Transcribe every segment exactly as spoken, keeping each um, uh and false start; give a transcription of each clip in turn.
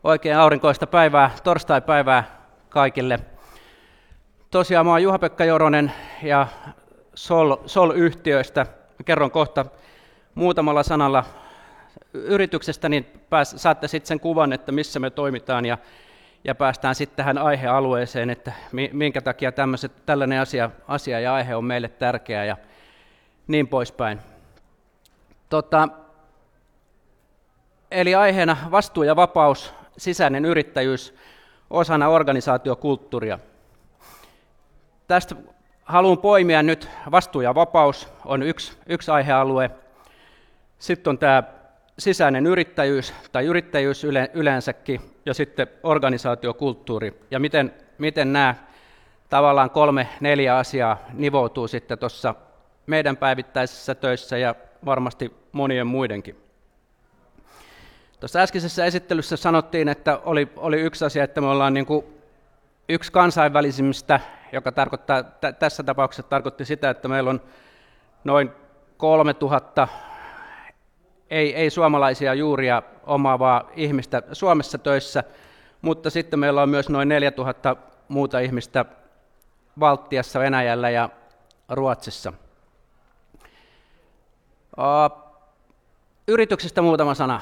Oikein aurinkoista päivää, torstai-päivää kaikille. Tosiaan mä oon Juha-Pekka Joronen ja Sol, Sol-yhtiöistä. Kerron kohta muutamalla sanalla yrityksestä, niin pääs, saatte sitten sen kuvan, että missä me toimitaan ja, ja päästään sitten tähän aihealueeseen, että minkä takia tällainen asia, asia ja aihe on meille tärkeä ja niin poispäin. Tota, eli aiheena vastuu ja vapaus, sisäinen yrittäjyys osana organisaatiokulttuuria. Tästä haluan poimia nyt vastuu ja vapaus on yksi, yksi aihealue. Sitten on tämä sisäinen yrittäjyys tai yrittäjyys yle, yleensäkin ja sitten organisaatiokulttuuri ja miten, miten nämä tavallaan kolme, neljä asiaa nivoutuu sitten tuossa meidän päivittäisissä töissä ja varmasti monien muidenkin. Tuossa äskeisessä esittelyssä sanottiin, että oli, oli yksi asia, että me ollaan niin kuin yksi kansainvälisimmistä, joka tarkoittaa, t- tässä tapauksessa tarkoitti sitä, että meillä on noin kolmetuhatta ei, ei suomalaisia juuria omaavaa ihmistä Suomessa töissä, mutta sitten meillä on myös noin neljätuhatta muuta ihmistä Baltiassa, Venäjällä ja Ruotsissa. Uh, yrityksistä muutama sana.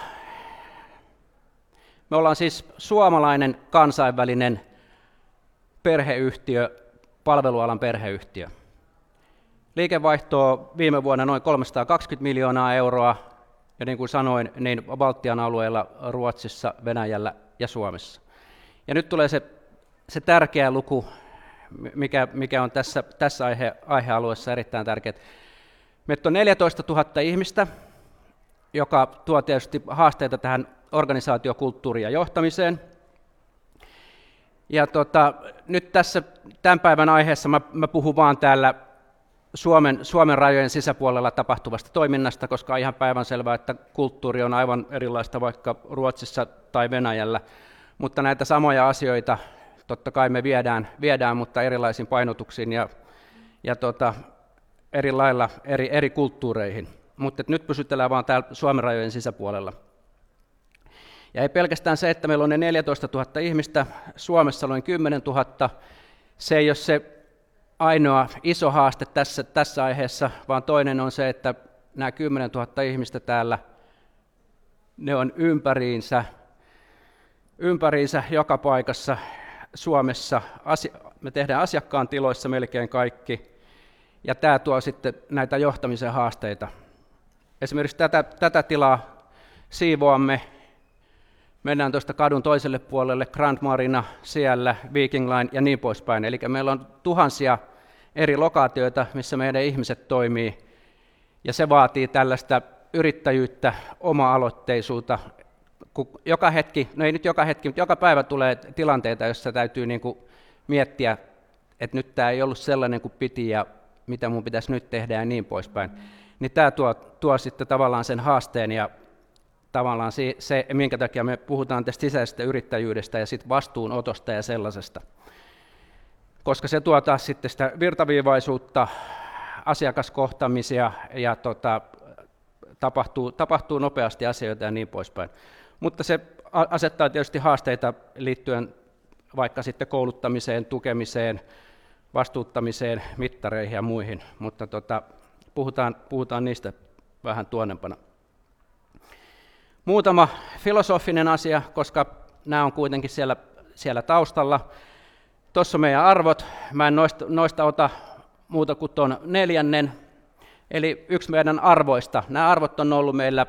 Me ollaan siis suomalainen kansainvälinen perheyhtiö, palvelualan perheyhtiö. Liikevaihto viime vuonna noin kolmesataakaksikymmentä miljoonaa euroa, ja niin kuin sanoin, niin Baltian alueella, Ruotsissa, Venäjällä ja Suomessa. Ja nyt tulee se, se tärkeä luku, mikä, mikä on tässä, tässä aihe, aihealueessa erittäin tärkeä. Meitä on neljätoistatuhatta ihmistä, joka tuo tietysti haasteita tähän organisaatiokulttuuriin ja johtamiseen. Ja tota, nyt tässä tämän päivän aiheessa mä, mä puhun vaan täällä Suomen, Suomen rajojen sisäpuolella tapahtuvasta toiminnasta, koska on ihan päivänselvää, että kulttuuri on aivan erilaista vaikka Ruotsissa tai Venäjällä, mutta näitä samoja asioita totta kai me viedään, viedään mutta erilaisin painotuksiin ja, ja tota, eri lailla eri, eri kulttuureihin. Mutta nyt pysytellään vaan täällä Suomen rajojen sisäpuolella. Ja ei pelkästään se, että meillä on ne neljätoistatuhatta ihmistä, Suomessa noin kymmenentuhatta, se ei ole se ainoa iso haaste tässä, tässä aiheessa, vaan toinen on se, että nämä kymmenentuhatta ihmistä täällä, ne on ympäriinsä, ympäriinsä joka paikassa Suomessa. Me tehdään asiakkaan tiloissa melkein kaikki, ja tämä tuo sitten näitä johtamisen haasteita. Esimerkiksi tätä, tätä tilaa siivoamme. Mennään tuosta kadun toiselle puolelle, Grand Marina siellä, Viking Line ja niin poispäin. Eli meillä on tuhansia eri lokaatioita, missä meidän ihmiset toimii, ja se vaatii tällaista yrittäjyyttä, oma-aloitteisuutta. Kun joka hetki, no ei nyt joka hetki, mutta joka päivä tulee tilanteita, joissa täytyy niin kuin miettiä, että nyt tämä ei ollut sellainen kuin piti ja mitä mun pitäisi nyt tehdä ja niin poispäin. Niin tämä tuo, tuo sitten tavallaan sen haasteen ja tavallaan se, se, minkä takia me puhutaan tästä sisäisestä yrittäjyydestä ja sitten vastuunotosta ja sellaisesta. Koska se tuo taas sitten sitä virtaviivaisuutta, asiakaskohtamisia ja tota, tapahtuu, tapahtuu nopeasti asioita ja niin poispäin. Mutta se asettaa tietysti haasteita liittyen vaikka sitten kouluttamiseen, tukemiseen, vastuuttamiseen, mittareihin ja muihin, mutta tota, puhutaan, puhutaan niistä vähän tuonnempana. Muutama filosofinen asia, koska nämä on kuitenkin siellä, siellä taustalla. Tuossa on meidän arvot, mä en noista, noista ota muuta kuin tuon neljännen, eli yksi meidän arvoista. Nämä arvot on ollut meillä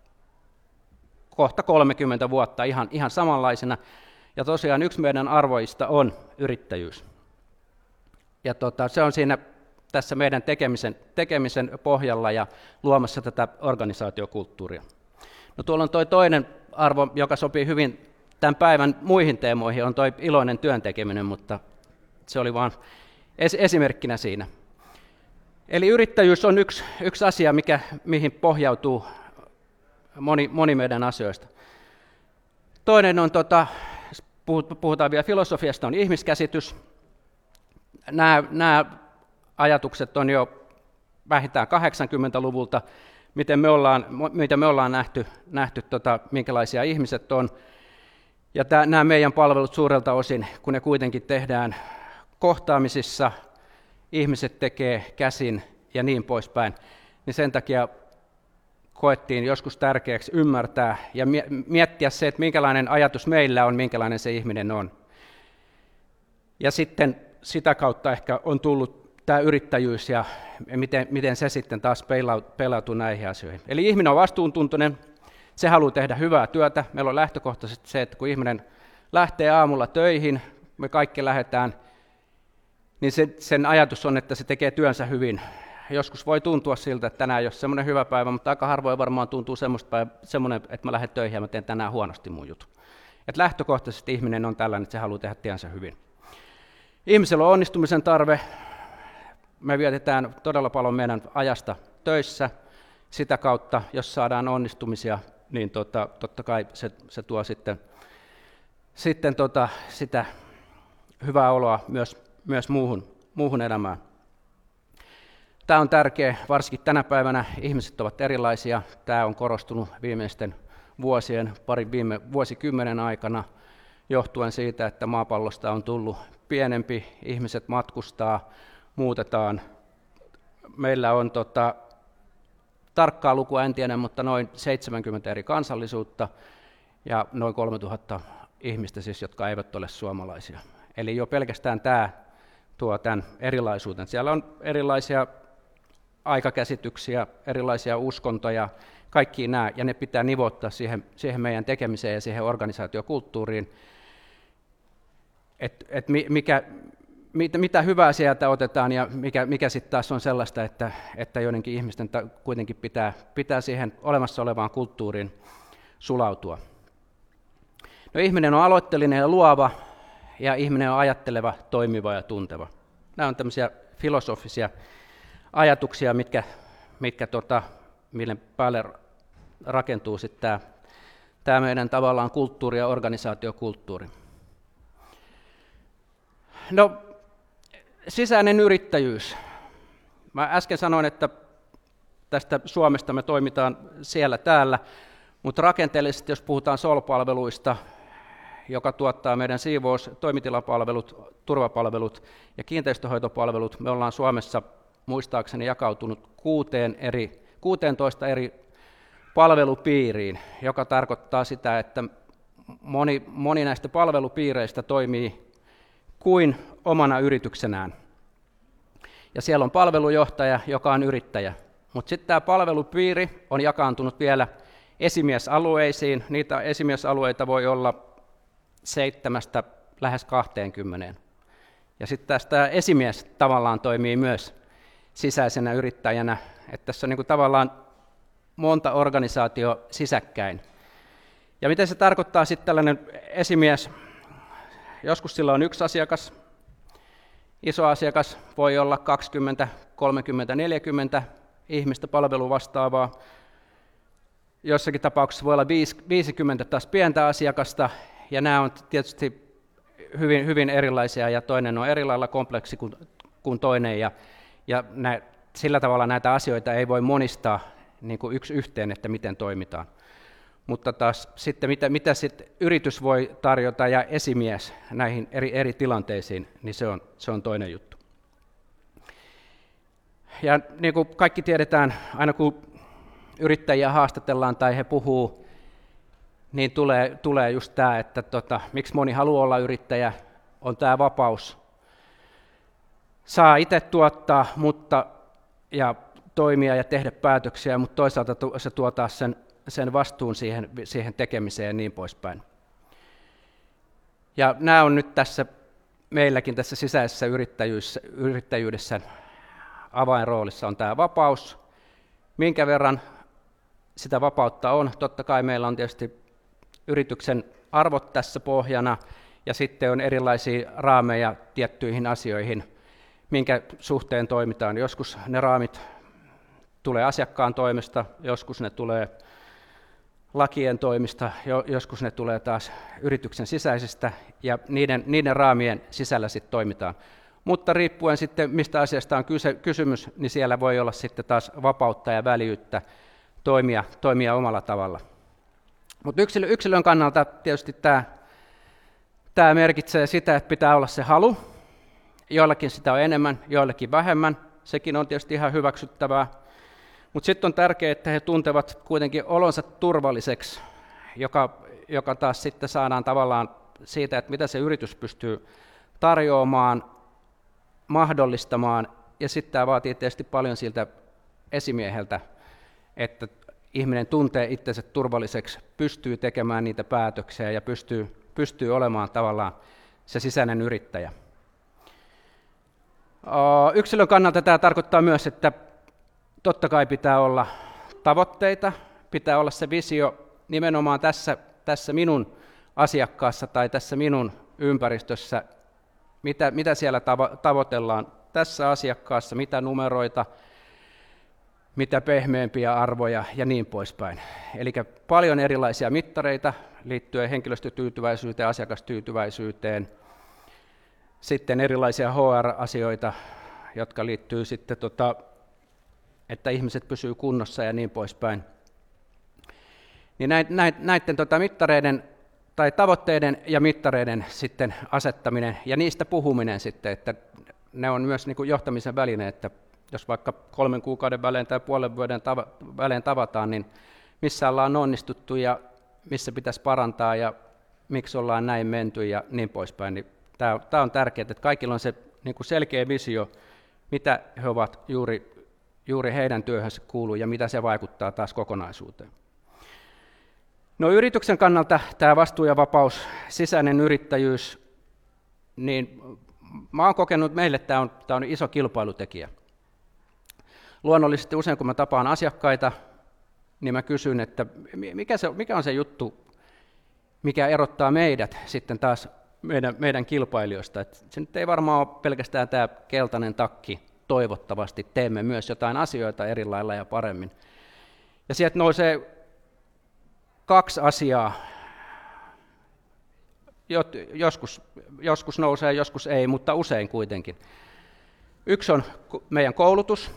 kohta kolmekymmentä vuotta ihan, ihan samanlaisena, ja tosiaan yksi meidän arvoista on yrittäjyys. Ja tota, se on siinä tässä meidän tekemisen, tekemisen pohjalla ja luomassa tätä organisaatiokulttuuria. No tuolla on tuo toinen arvo, joka sopii hyvin tämän päivän muihin teemoihin, on tuo iloinen työn tekeminen, mutta se oli vain es- esimerkkinä siinä. Eli yrittäjyys on yksi, yksi asia, mikä, mihin pohjautuu moni, moni meidän asioista. Toinen on, tota, puhutaan vielä filosofiasta, on ihmiskäsitys. Nämä, nämä ajatukset on jo vähintään kahdeksankymmentäluvulta, miten me ollaan, miten me ollaan nähty, nähty tota, minkälaisia ihmiset on. Ja tämä, nämä meidän palvelut suurelta osin, kun ne kuitenkin tehdään kohtaamisissa, ihmiset tekee käsin ja niin poispäin, niin sen takia koettiin joskus tärkeäksi ymmärtää ja miettiä se, että minkälainen ajatus meillä on, minkälainen se ihminen on. Ja sitten sitä kautta ehkä on tullut tämä yrittäjyys ja miten, miten se sitten taas peilautuu näihin asioihin. Eli ihminen on vastuuntuntoinen, se haluaa tehdä hyvää työtä. Meillä on lähtökohtaisesti se, että kun ihminen lähtee aamulla töihin, me kaikki lähdetään, niin se, sen ajatus on, että se tekee työnsä hyvin. Joskus voi tuntua siltä, että tänään ei ole semmoinen hyvä päivä, mutta aika harvoin varmaan tuntuu semmoinen, että mä lähden töihin ja mä teen tänään huonosti mun jutun. Et lähtökohtaisesti ihminen on tällainen, että se haluaa tehdä tiensä hyvin. Ihmisellä on onnistumisen tarve. Me vietetään todella paljon meidän ajasta töissä. Sitä kautta, jos saadaan onnistumisia, niin tota, totta kai se, se tuo sitten, sitten tota, sitä hyvää oloa myös, myös muuhun, muuhun elämään. Tämä on tärkeä, varsinkin tänä päivänä ihmiset ovat erilaisia. Tämä on korostunut viimeisten vuosien, parin viime vuosikymmenen aikana, johtuen siitä, että maapallosta on tullut pienempi, ihmiset matkustaa, muutetaan. Meillä on tota, tarkkaa lukua en tiedä, mutta noin seitsemänkymmentä eri kansallisuutta ja noin kolmetuhatta ihmistä, siis, jotka eivät ole suomalaisia. Eli jo pelkästään tämä tuo tämän erilaisuuden. Siellä on erilaisia aikakäsityksiä, erilaisia uskontoja, kaikki nämä, ja ne pitää nivottaa siihen, siihen meidän tekemiseen ja siihen organisaatiokulttuuriin, että et mikä, mit, mitä hyvää sieltä otetaan ja mikä, mikä sitten taas on sellaista, että, että joidenkin ihmisten ta, kuitenkin pitää, pitää siihen olemassa olevaan kulttuuriin sulautua. No, ihminen on aloitteellinen ja luova, ja ihminen on ajatteleva, toimiva ja tunteva. Nämä on tämmöisiä filosofisia ajatuksia, mitkä, mitkä tota, mille päälle rakentuu sitten tämä, tämä meidän tavallaan kulttuuri ja organisaatiokulttuuri. No, sisäinen yrittäjyys. Mä äsken sanoin, että tästä Suomesta me toimitaan siellä täällä, mutta rakenteellisesti, jos puhutaan S O L-palveluista, joka tuottaa meidän siivous, toimitilapalvelut, turvapalvelut ja kiinteistöhoitopalvelut, me ollaan Suomessa muistaakseni jakautunut kuuteen eri, kuuteentoista eri palvelupiiriin, joka tarkoittaa sitä, että moni, moni näistä palvelupiireistä toimii kuin omana yrityksenään. Ja siellä on palvelujohtaja, joka on yrittäjä. Mutta sitten tämä palvelupiiri on jakaantunut vielä esimiesalueisiin. Niitä esimiesalueita voi olla seitsemästä lähes kahteenkymmeneen. Ja sitten tästä esimies tavallaan toimii myös sisäisenä yrittäjänä, että tässä on niin kuin tavallaan monta organisaatio sisäkkäin. Ja mitä se tarkoittaa sitten tällainen esimies? Joskus sillä on yksi asiakas, iso asiakas voi olla kaksikymmentä, kolmekymmentä, neljäkymmentä ihmistä palveluvastaavaa. Jossakin tapauksessa voi olla viisikymmentä taas pientä asiakasta, ja nämä on tietysti hyvin, hyvin erilaisia, ja toinen on eri lailla kompleksi kuin, kuin toinen, ja, ja nä, sillä tavalla näitä asioita ei voi monistaa niin kuin yksi yhteen, että miten toimitaan. Mutta taas sitten, mitä, mitä sitten yritys voi tarjota ja esimies näihin eri, eri tilanteisiin, niin se on, se on toinen juttu. Ja niin kuin kaikki tiedetään, aina kun yrittäjiä haastatellaan tai he puhuu, niin tulee, tulee just tämä, että tota, miksi moni haluaa olla yrittäjä, on tämä vapaus. Saa itse tuottaa mutta, ja toimia ja tehdä päätöksiä, mutta toisaalta se tuo taas sen, sen vastuun siihen, siihen tekemiseen ja niin poispäin. Ja nämä on nyt tässä meilläkin tässä sisäisessä yrittäjyydessä, yrittäjyydessä avainroolissa on tämä vapaus. Minkä verran sitä vapautta on? Totta kai meillä on tietysti yrityksen arvot tässä pohjana, ja sitten on erilaisia raameja tiettyihin asioihin, minkä suhteen toimitaan. Joskus ne raamit tulee asiakkaan toimesta, joskus ne tulee lakien toimista, joskus ne tulee taas yrityksen sisäisestä, ja niiden, niiden raamien sisällä sitten toimitaan. Mutta riippuen sitten, mistä asiasta on kyse, kysymys, niin siellä voi olla sitten taas vapautta ja väljyyttä toimia, toimia omalla tavalla. Mutta yksilö, yksilön kannalta tietysti tämä Tämä merkitsee sitä, että pitää olla se halu. Joillakin sitä on enemmän, joillakin vähemmän. Sekin on tietysti ihan hyväksyttävää. Mutta sitten on tärkeää, että he tuntevat kuitenkin olonsa turvalliseksi, joka, joka taas sitten saadaan tavallaan siitä, että mitä se yritys pystyy tarjoamaan, mahdollistamaan. Ja sitten tämä vaatii tietysti paljon siltä esimieheltä, että ihminen tuntee itsensä turvalliseksi, pystyy tekemään niitä päätöksiä ja pystyy, pystyy olemaan tavallaan se sisäinen yrittäjä. Yksilön kannalta tämä tarkoittaa myös, että totta kai pitää olla tavoitteita, pitää olla se visio nimenomaan tässä, tässä minun asiakkaassa tai tässä minun ympäristössä, mitä, mitä siellä tavo- tavoitellaan tässä asiakkaassa, mitä numeroita, mitä pehmeämpiä arvoja ja niin poispäin. Eli paljon erilaisia mittareita liittyen henkilöstötyytyväisyyteen, asiakastyytyväisyyteen, sitten erilaisia H R-asioita, jotka liittyy sitten, tota, että ihmiset pysyvät kunnossa ja niin poispäin. Niin näiden tota, mittareiden tai tavoitteiden ja mittareiden sitten asettaminen ja niistä puhuminen sitten, että ne on myös niin kuin johtamisen väline, että jos vaikka kolmen kuukauden välein tai puolen vuoden tava, välein tavataan, niin missä ollaan onnistuttu ja missä pitäisi parantaa ja miksi ollaan näin menty ja niin poispäin. Niin tämä, tämä on tärkeää, että kaikilla on se niin kuin selkeä visio, mitä he ovat juuri, juuri heidän työhönsä kuuluu ja mitä se vaikuttaa taas kokonaisuuteen. No yrityksen kannalta tämä vastuu ja vapaus, sisäinen yrittäjyys, niin mä olen kokenut, että meille tämä on, tämä on iso kilpailutekijä. Luonnollisesti usein kun mä tapaan asiakkaita, niin mä kysyn, että mikä, se, mikä on se juttu, mikä erottaa meidät sitten taas meidän, meidän kilpailijoista. Että se nyt ei varmaan ole pelkästään tämä keltainen takki, toivottavasti teemme myös jotain asioita eri lailla ja paremmin. Ja sieltä nousee kaksi asiaa, joskus, joskus nousee, joskus ei, mutta usein kuitenkin. Yksi on meidän koulutus,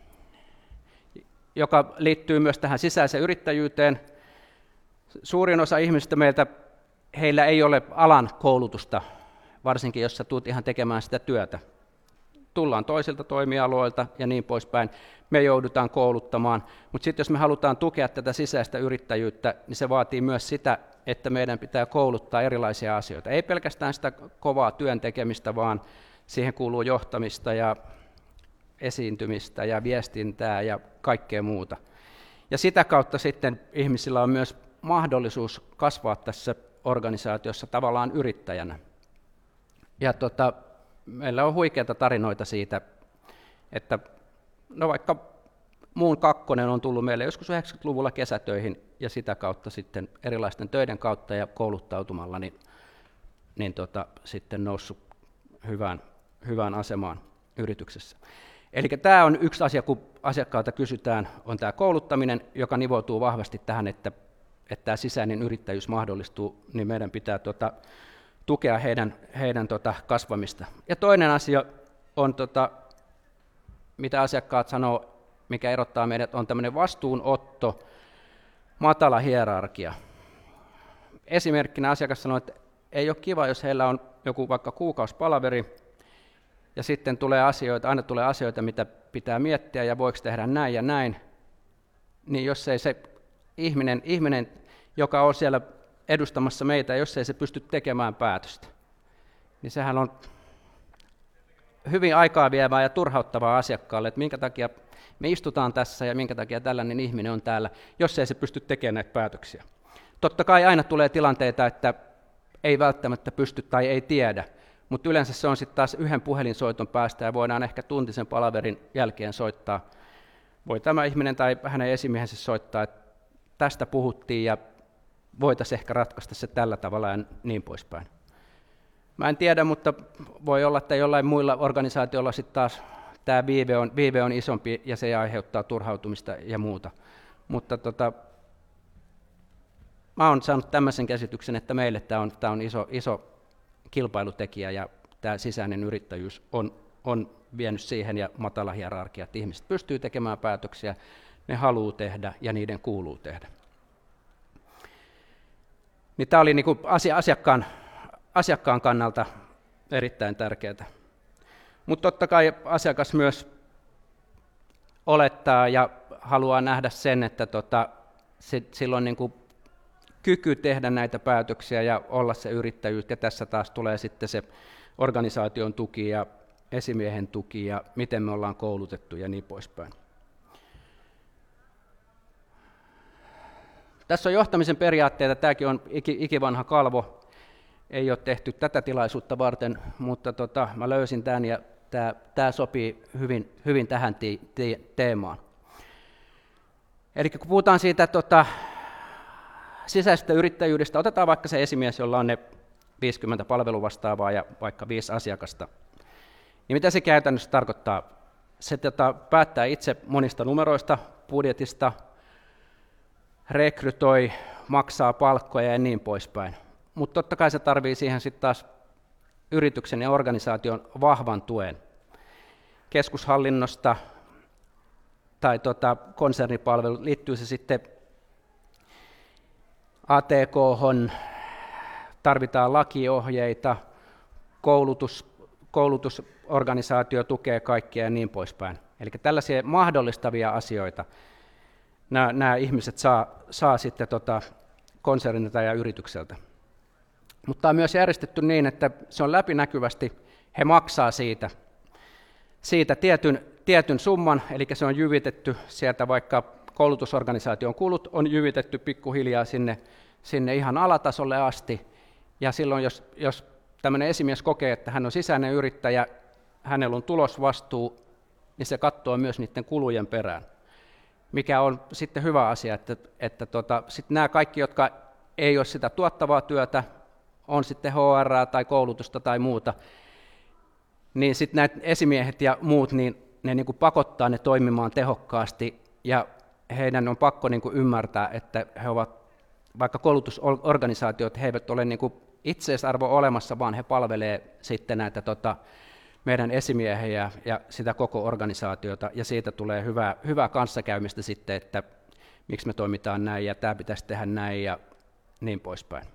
joka liittyy myös tähän sisäiseen yrittäjyyteen. Suurin osa ihmisistä meiltä, heillä ei ole alan koulutusta, varsinkin jos sä tulet ihan tekemään sitä työtä. Tullaan toisilta toimialoilta ja niin poispäin. Me joudutaan kouluttamaan, mutta sitten jos me halutaan tukea tätä sisäistä yrittäjyyttä, niin se vaatii myös sitä, että meidän pitää kouluttaa erilaisia asioita. Ei pelkästään sitä kovaa työn tekemistä, vaan siihen kuuluu johtamista ja esiintymistä ja viestintää ja kaikkea muuta. Ja sitä kautta sitten ihmisillä on myös mahdollisuus kasvaa tässä organisaatiossa tavallaan yrittäjänä. Ja tota, meillä on huikeita tarinoita siitä, että no vaikka muun kakkonen on tullut meille joskus yhdeksänkymmentäluvulla kesätöihin ja sitä kautta sitten erilaisten töiden kautta ja kouluttautumalla niin, niin tota, sitten noussut hyvään, hyvään asemaan yrityksessä. Eli tämä on yksi asia, kun asiakkaalta kysytään, on tämä kouluttaminen, joka nivoutuu vahvasti tähän, että, että tämä sisäinen yrittäjyys mahdollistuu, niin meidän pitää tota, tukea heidän, heidän tota, kasvamista. Ja toinen asia on, tota, mitä asiakkaat sanoo, mikä erottaa meidät, on tämmöinen vastuunotto, matala hierarkia. Esimerkkinä asiakas sanoo, että ei ole kiva, jos heillä on joku vaikka kuukausipalaveri, ja sitten tulee asioita, aina tulee asioita, mitä pitää miettiä, ja voiko tehdä näin ja näin, niin jos ei se ihminen, ihminen joka on siellä edustamassa meitä, jos ei se pysty tekemään päätöstä, niin sehän on hyvin aikaa vievää ja turhauttavaa asiakkaalle, että minkä takia me istutaan tässä ja minkä takia tällainen ihminen on täällä, jos ei se pysty tekemään näitä päätöksiä. Totta kai aina tulee tilanteita, että ei välttämättä pysty tai ei tiedä, mutta yleensä se on sitten taas yhden puhelinsoiton päästä ja voidaan ehkä tuntisen palaverin jälkeen soittaa. Voi tämä ihminen tai hänen esimiehensä soittaa, että tästä puhuttiin ja voitaisiin ehkä ratkaista se tällä tavalla ja niin poispäin. Mä en tiedä, mutta voi olla, että jollain muilla organisaatioilla sitten taas tämä viive on, viive on isompi ja se aiheuttaa turhautumista ja muuta. Mutta tota, mä oon saanut tämmöisen käsityksen, että meille tämä on, tämä on iso, iso kilpailutekijä ja tämä sisäinen yrittäjyys on, on vienyt siihen ja matala hierarkia, että ihmiset pystyy tekemään päätöksiä, ne haluaa tehdä ja niiden kuuluu tehdä. Niin tämä oli niin kuin asia, asiakkaan, asiakkaan kannalta erittäin tärkeää. Mutta totta kai asiakas myös olettaa ja haluaa nähdä sen, että tota, sillä on niin kuin kyky tehdä näitä päätöksiä ja olla se yrittäjyys, ja tässä taas tulee sitten se organisaation tuki ja esimiehen tuki ja miten me ollaan koulutettu ja niin poispäin. Tässä on johtamisen periaatteita, tämäkin on ikivanha kalvo, ei ole tehty tätä tilaisuutta varten, mutta tota, mä löysin tämän ja tämä, tämä sopii hyvin, hyvin tähän ti, ti, teemaan. Eli kun puhutaan siitä tota, sisäisestä yrittäjyydestä, otetaan vaikka se esimies, jolla on ne viisikymmentä palveluvastaavaa ja vaikka viisi asiakasta, niin mitä se käytännössä tarkoittaa? Se tota, päättää itse monista numeroista, budjetista, rekrytoi, maksaa palkkoja ja niin poispäin. Mutta totta kai se tarvitsee siihen sitten taas yrityksen ja organisaation vahvan tuen. Keskushallinnosta tai tota, konsernipalvelut, liittyy se sitten A T K:hon, tarvitaan lakiohjeita, koulutus, koulutusorganisaatio tukee kaikkia ja niin poispäin. Eli tällaisia mahdollistavia asioita nämä, nämä ihmiset saa, saa sitten tota konsernilta ja yritykseltä. Mutta on myös järjestetty niin, että se on läpinäkyvästi, he maksaa siitä, siitä tietyn, tietyn summan, eli se on jyvitetty sieltä, vaikka koulutusorganisaation kulut on jyvitetty pikkuhiljaa sinne, sinne ihan alatasolle asti, ja silloin jos, jos tämmöinen esimies kokee, että hän on sisäinen yrittäjä, hänellä on tulosvastuu, niin se katsoo myös niiden kulujen perään, mikä on sitten hyvä asia, että, että tota, sitten nämä kaikki, jotka ei ole sitä tuottavaa työtä, on sitten H R tai koulutusta tai muuta, niin sitten nämä esimiehet ja muut, niin ne niin kuin pakottaa ne toimimaan tehokkaasti, ja heidän on pakko niin kuin ymmärtää, että he ovat, vaikka koulutusorganisaatiot, he eivät ole niin kuin itseisarvo olemassa, vaan he palvelee sitten näitä tota, meidän esimiehiä ja sitä koko organisaatiota, ja siitä tulee hyvää, hyvää kanssakäymistä sitten, että miksi me toimitaan näin, ja tämä pitäisi tehdä näin, ja niin poispäin.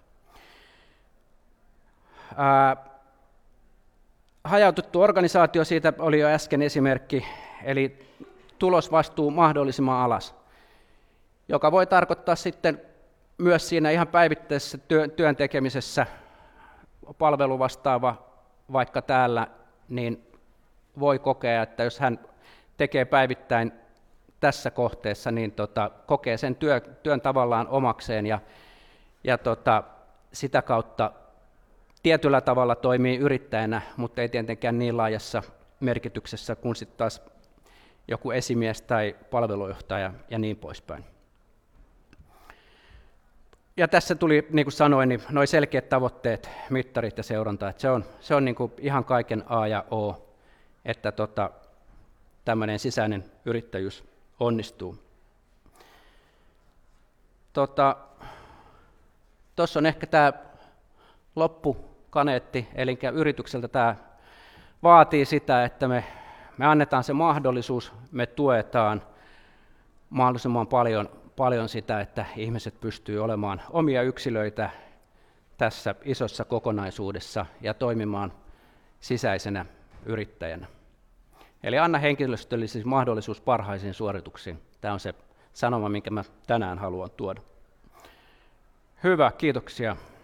Ää, hajautettu organisaatio, siitä oli jo äsken esimerkki, eli tulosvastuu mahdollisimman alas, joka voi tarkoittaa sitten myös siinä ihan päivittäisessä työn tekemisessä palveluvastaava vaikka täällä, niin voi kokea, että jos hän tekee päivittäin tässä kohteessa, niin tota, kokee sen työ, työn tavallaan omakseen ja, ja tota, sitä kautta tietyllä tavalla toimii yrittäjänä, mutta ei tietenkään niin laajassa merkityksessä kuin sitten taas joku esimies tai palvelujohtaja ja niin poispäin. Ja tässä tuli, niin kuin sanoin, niin nuo selkeät tavoitteet, mittarit ja seuranta, että se on, se on niin kuin ihan kaiken A ja O, että tota, tämmöinen sisäinen yrittäjyys onnistuu. Tuossa tota, on ehkä tämä loppukaneetti, eli yritykseltä tämä vaatii sitä, että me, me annetaan se mahdollisuus, me tuetaan mahdollisimman paljon, paljon sitä, että ihmiset pystyy olemaan omia yksilöitä tässä isossa kokonaisuudessa ja toimimaan sisäisenä yrittäjänä. Eli anna henkilöstölle siis mahdollisuus parhaisiin suorituksiin. Tämä on se sanoma, minkä mä tänään haluan tuoda. Hyvä, kiitoksia.